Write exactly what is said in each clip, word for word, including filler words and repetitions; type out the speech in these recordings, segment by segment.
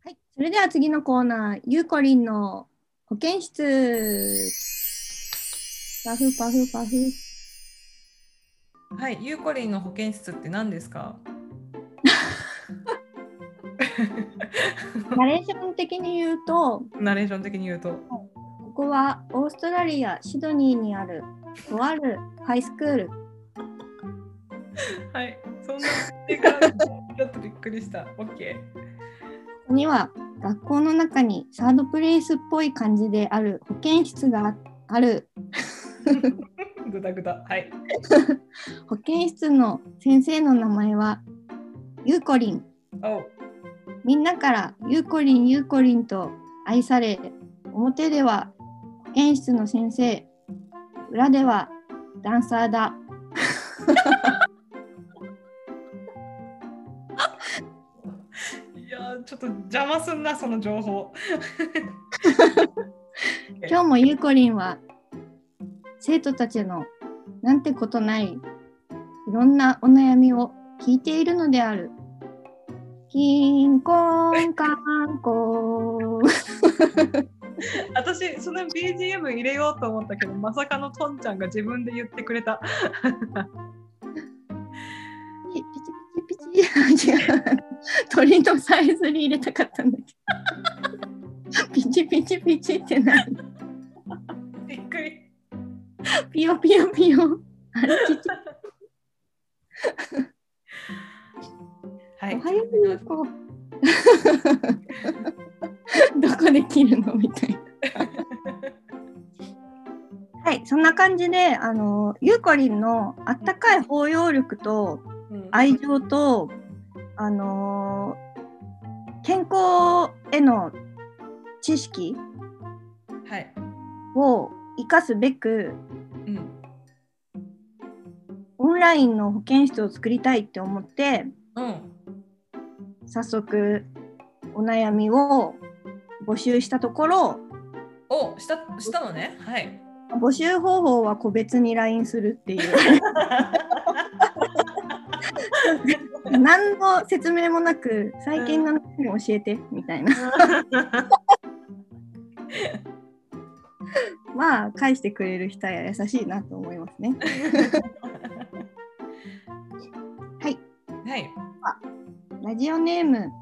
はい、それでは次のコーナー、ゆうこりんの保健室。パフパフパフ。 はい、ゆうこりんの保健室って何ですか？ ナレーション的に言うと、 ナレーション的に言うと。 ここはオーストラリア・シドニーにあるとあるハイスクール。 はい、そんな前提からちょっとびっくりした。オッケー。 ここには学校の中にサードプレイスっぽい感じである保健室がある。 ぐだぐだ。はい。 保健室の先生の名前はゆうこりん。 おみんなからゆうこりんゆうこりんと愛され、表では保健室の先生、裏ではダンサーだ。 いやー、ちょっと邪魔すんな、その情報。 今日もゆうこりんは生徒たちのなんてことないいろんなお悩みを聞いているのである。キンコンカンコン。 私、その ビージーエム 入れようと思ったけど、まさかのトンちゃんが自分で言ってくれた。 ピチピチピチ。違う。鳥のさえずり入れたかったんだけど。ピチピチピチって何？ びっくり。 ピヨピヨピヨ。あれちち。 はい。 おはようゆうこ。どこで切るのみたいな。はい、そんな感じで、あのゆうこりんのあったかい包容力と愛情と、うん、あの健康への知識を生かすべく、うん、オンラインの保健室を作りたいって思って、うん、早速お悩みを募集したところ、 お、した、したのね。はい。 募集方法は個別に ライン するっていう何の説明もなく最近の悩み教えてみたいなまあ返してくれる人は優しいなと思いますねはい、はい、ラジオネーム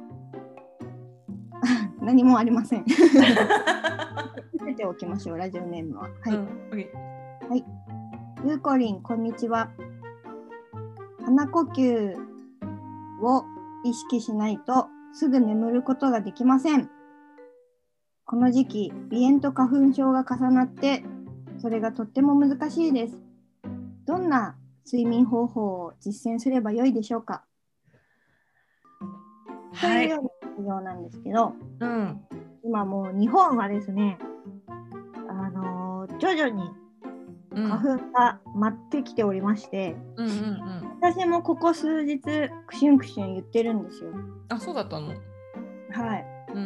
何もありません伏せておきましょう。ラジオネームははい、うん、はい、ゆうこりんこんにちは。鼻呼吸を意識しないとすぐ眠ることができません。この時期鼻炎と花粉症が重なってそれがとっても難しいです。どんな睡眠方法を実践すればよいでしょうか、はい、というような内容なんですけど、うん、今もう日本はですね、あのー、徐々に花粉が舞ってきておりまして、うんうんうん、私もここ数日クシュンクシュン言ってるんですよ。 あ、そうだったの？はい、うん、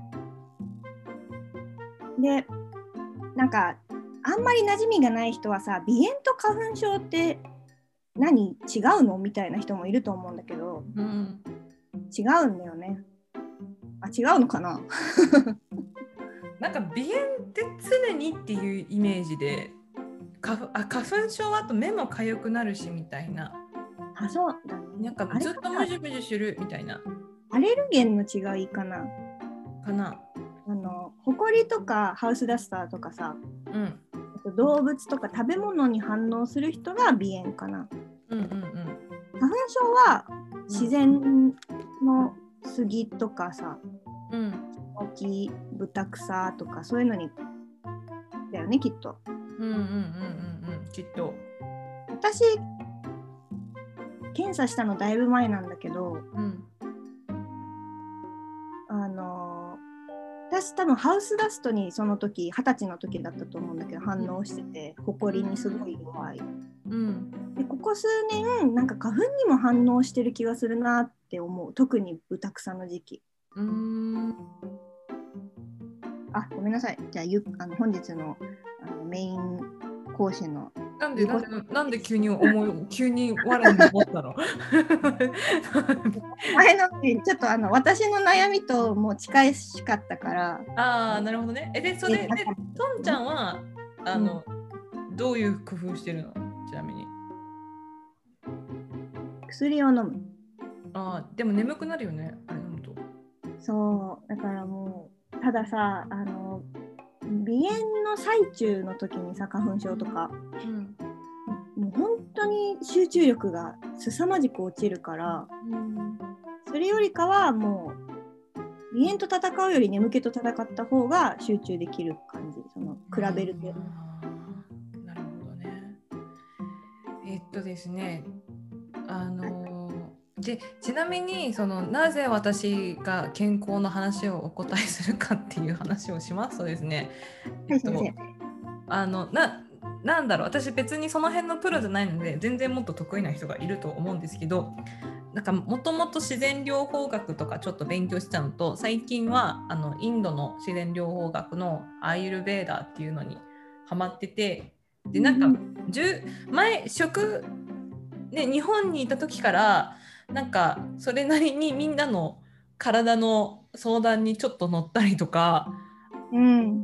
でなんかあんまり馴染みがない人はさ、鼻炎と花粉症って何違うのみたいな人もいると思うんだけど、うん、違うんだよね。あ、違うのかななんか鼻炎って常にっていうイメージで、花, あ花粉症はあと目も痒くなるしみたいな。 あ、そうだね。 なんかずっとムジムジするみたいな。 アレルゲンの違いかなかな。 あのホコリとかハウスダスターとかさ、うん、動物とか食べ物に反応する人が鼻炎かな。うんうんうん、花粉症は自然の杉とかさ、うん、木、豚草とかそういうのにだよね、きっと。うんうんうんうんうん、 きっと。 私検査したのだいぶ前なんだけど、うん、あの私多分ハウスダストにその時二十歳の時だったと思うんだけど反応してて、ホコリにすごい弱い、うん、でここ数年なんか花粉にも反応してる気がするなって思う。特にブタクサの時期。うーん、あ、ごめんなさい。じゃあゆあの本日の、あのメイン講師のなんでなんでなんで急に思い急に我に思ったの？ 前のちょっとあの私の悩みともう近いしかったから。 ああ、なるほどね。えでそれでとんちゃんはあの、うん、どういう工夫してるの？ちなみに。 薬を飲む。 ああ、でも眠くなるよね、あれ飲むと。 そうだからもうたださ、あの鼻炎の最中の時にさ、花粉症とか、うん、もう本当に集中力が凄まじく落ちるから、うん、それよりかはもう鼻炎と戦うより眠気と戦った方が集中できる感じ、その比べると。 なるほどね。えっとですね、あのでちなみにそのなぜ私が健康の話をお答えするかっていう話をしますとですね、えっと、あのななんだろう、私別にその辺のプロじゃないので全然もっと得意な人がいると思うんですけど、なんかもともと自然療法学とかちょっと勉強したのと、最近はあのインドの自然療法学のアーユルヴェーダーっていうのにハマってて、でなんか前食、ね、日本にいた時からなんかそれなりにみんなの体の相談にちょっと乗ったりとか、うん、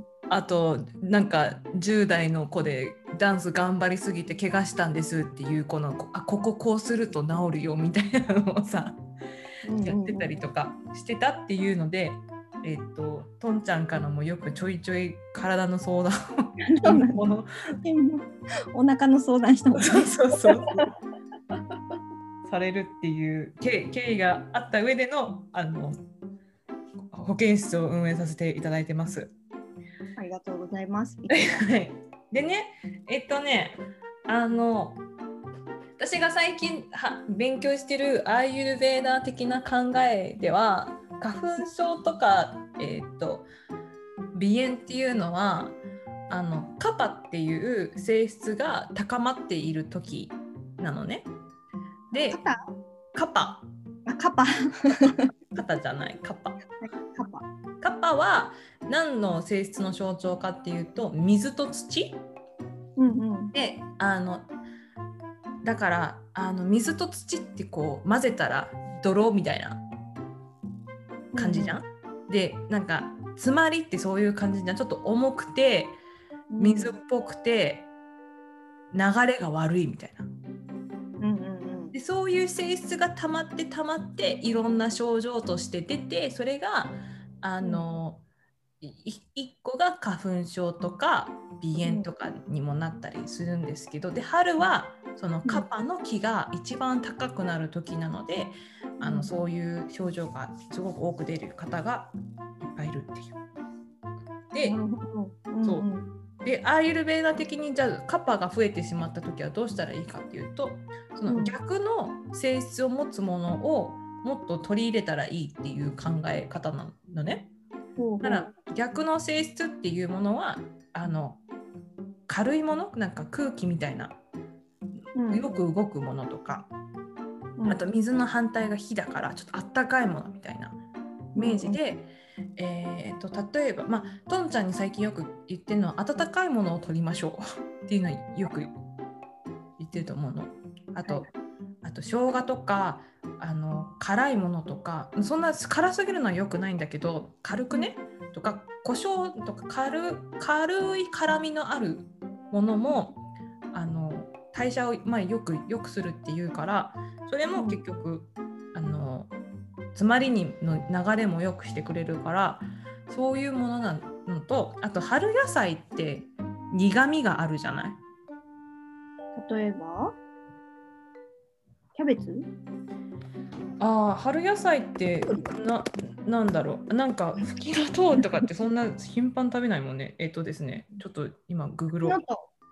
あとなんかじゅう代の子でダンス頑張りすぎて怪我したんですっていう子のあこここうすると治るよみたいなのをさ、うんうんうん、やってたりとかしてたっていうので、えー、っととんちゃんからもよくちょいちょい体の相談をお腹の相談したもんね。 そうそうそうされるっていう経緯があった上での、あの保健室を運営させていただいてます。 ありがとうございます。 でね、えっとね、あの私が最近は勉強してるアーユルヴェーダー的な考えでは、花粉症とか、えー、っと鼻炎っていうのはあのカパっていう性質が高まっている時なのね。で、カパあカパカタじゃないカパカパカパは何の性質の象徴かっていうと水と土、うんうん、であのだからあの水と土ってこう混ぜたら泥みたいな感じじゃん、うんうん、でなんか詰まりってそういう感じじゃん。ちょっと重くて水っぽくて流れが悪いみたいな、うんうんうん、でそういう性質が溜まって溜まっていろんな症状として出て、それがあの、うん、いっこが花粉症とか鼻炎とかにもなったりするんですけど、で春はそのカパの木が一番高くなる時なので、あのそういう症状がすごく多く出る方がいっぱいいるっていう。で、うん、そうでアーユルヴェーダ的にじゃあカパが増えてしまった時はどうしたらいいかっていうと、その逆の性質を持つものをもっと取り入れたらいいっていう考え方なのね。だから逆の性質っていうものはあの軽いもの、なんか空気みたいなよく動くものとか、うん、あと水の反対が火だからちょっとあったかいものみたいなイメージで、うん、えー、と例えば、まあ、とんちゃんに最近よく言ってるのは温かいものを取りましょうっていうのはよく言ってると思うの。あと、はい、あと生姜とかあの辛いものとか、そんな辛すぎるのは良くないんだけど軽くね、うん、とか胡椒とか 軽, 軽い辛みのあるものもあの代謝を、まあ、よくよくするっていうから、それも結局、うん、あの詰まりにの流れも良くしてくれるから、そういうものなのと、あと春野菜って苦味があるじゃない。 例えばキャベツ？ ああ、春野菜ってな、なんだろう、なんかフキノトウとかってそんな頻繁食べないもんね。えっとですね、ちょっと今ググろう。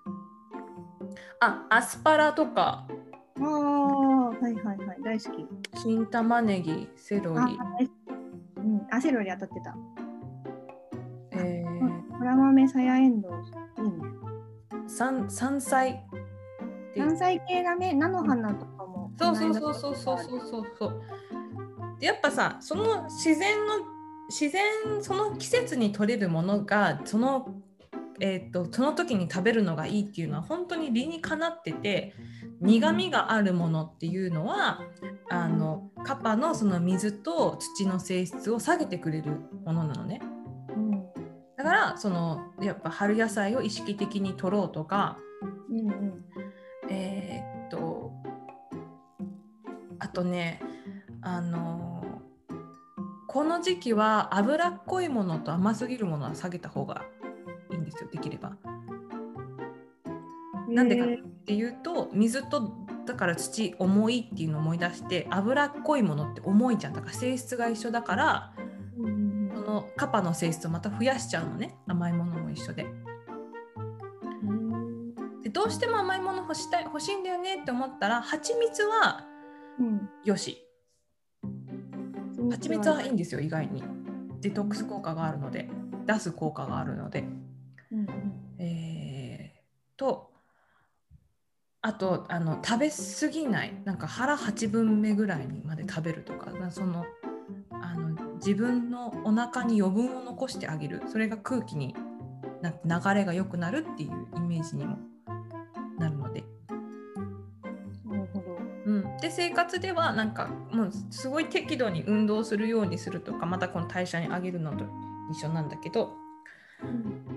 あ、アスパラとか。 ああ、はいはいはい、大好き。 新玉ねぎ、セロリ。あ、 うん、あ、セロリ当たってた。 えー、 そら豆、さやえんどう、いいね。 山山菜。 山菜系がね、菜の花とかも。 そうそうそうそうそうそうそう。でやっぱさ、その自然の自然その季節に取れるものがそのえー、とその時に食べるのがいいっていうのは本当に理にかなってて、苦みがあるものっていうのはあのカパのその水と土の性質を下げてくれるものなのね。だからそのやっぱ春野菜を意識的に取ろうとか、うんうん、えー、っとあとね、あのこの時期は脂っこいものと甘すぎるものは下げた方がいいんですよ、できれば。なんでかっていうと、水とだから土重いっていうのを思い出して、脂っこいものって重いじゃん。だから性質が一緒だから、うん、そのカパの性質をまた増やしちゃうのね、甘いものも一緒で。うん、でどうしても甘いもの欲したい欲しいんだよねって思ったら、蜂蜜はよし、うん、蜂蜜はいいんですよ。意外にデトックス効果があるので、出す効果があるので、うん、えー、とあとあの食べ過ぎない、なんか腹はちぶんめぐらいにまで食べるとか、そのあの自分のお腹に余分を残してあげる、それが空気になって流れが良くなるっていうイメージにもなるので。なるほど、うん、で生活ではなんかもうすごい適度に運動するようにするとか、またこの代謝に上げるのと一緒なんだけど、うん、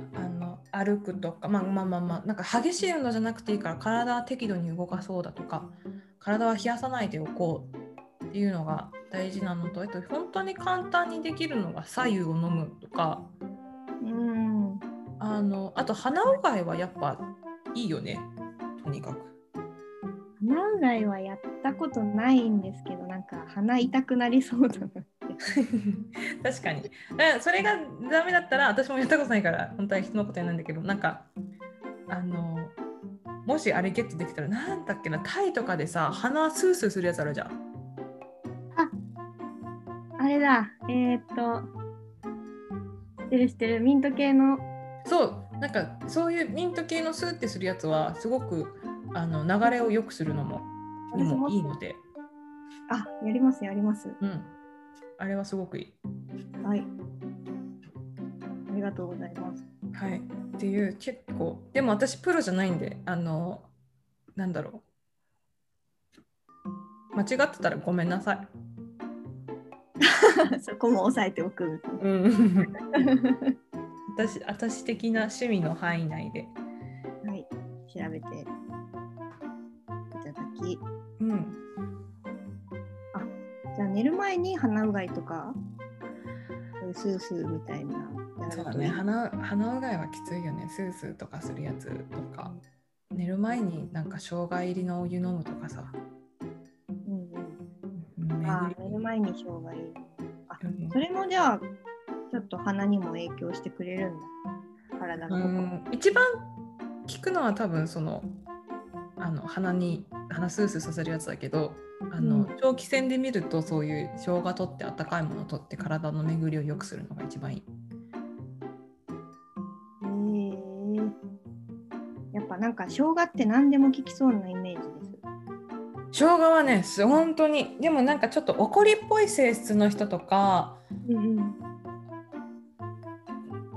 あの歩くとか、まあまあまあまあなんか激しい運動じゃなくていいから、体は適度に動かそうだとか、体は冷やさないでおこうっていうのが大事なのと、あと本当に簡単にできるのが白湯を飲むとか、うん、あのあと鼻うがいはやっぱいいよね、とにかく。 鼻うがいはやったことないんですけど、なんか鼻痛くなりそうだなって確かに。だからそれがダメだったら、私もやったことないから本当は人のことやなんだけど、なんかあのもしあれゲットできたら、なんだっけな、タイとかでさ、鼻スースーするやつあるじゃん。 あ、あれだ、えー、っと知ってる知ってる、ミント系の。 そう、なんかそういうミント系のスーってするやつはすごくあの流れを良くするのもにもいいので。 あ、やりますやります。 うん、あれはすごくいい。 はい。ありがとうございます。 はい。っていう結構、でも私プロじゃないんで、あのなんだろう、間違ってたらごめんなさい。 そこも押さえておく。 うん。私私的な趣味の範囲内で、 はい、調べていただき、うん、あ、じゃあ寝る前に鼻うがいとかスースーみたいな。 そうだね、鼻、鼻うがいはきついよね。スースーとかするやつとか、寝る前になんか生姜入りのお湯飲むとかさ。 うんうん、あ、寝る前に生姜入り。あ、うん、それもじゃあちょっと鼻にも影響してくれるんだ。体の。うん、 一番効くのは多分そのあの鼻に鼻スースーさせるやつだけど、あの、うん、長期戦で見るとそういう生姜取って温かいものを取って体の巡りを良くするのが一番いい。 へー、やっぱなんか生姜って何でも効きそうなイメージです。 生姜はね、本当にでもなんかちょっと怒りっぽい性質の人とか、うんうん、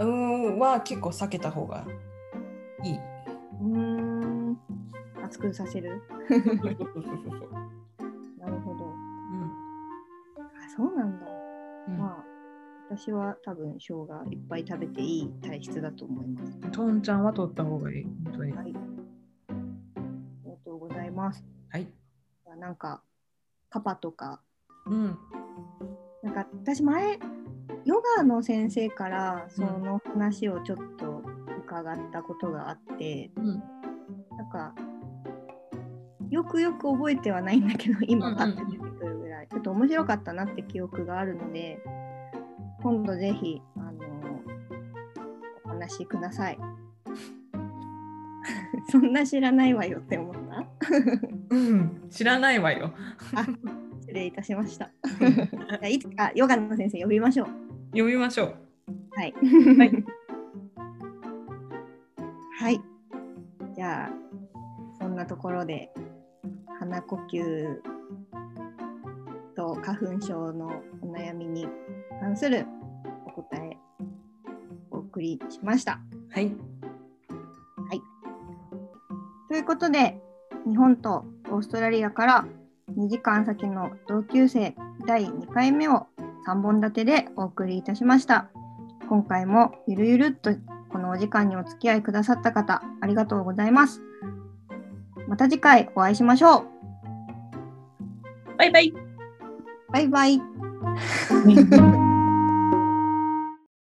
うんは結構避けた方がいい。 うーん、熱くさせる。なるほど。うん、あ、そうなんだ。うん、まあ私は多分生姜いっぱい食べていい体質だと思います。 トンちゃんは取った方がいい。本当に。はい。 ありがとうございます。 はい。 なんかカパとか、 うん、 なんか私前ヨガの先生からその話をちょっと伺ったことがあって、うん、なんかよくよく覚えてはないんだけど、今パッと出てくるぐらい、ちょっと面白かったなって記憶があるので、今度ぜひあのお話しください。そんな知らないわよって思った？ うん、知らないわよ。 あ、失礼いたしました。いつかヨガの先生呼びましょう。 呼びましょう。 はい。はい。はい。じゃあそんなところで鼻呼吸と花粉症のお悩みに関するお答えをお送りしました。 はい。 ということで、日本とオーストラリアからにじかん先の同級生だいにかいめをさんぼん立てでお送りいたしました。今回もゆるゆるっとこのお時間にお付き合いくださった方、ありがとうございます。また次回お会いしましょう。 バイバイ。 バイバイ。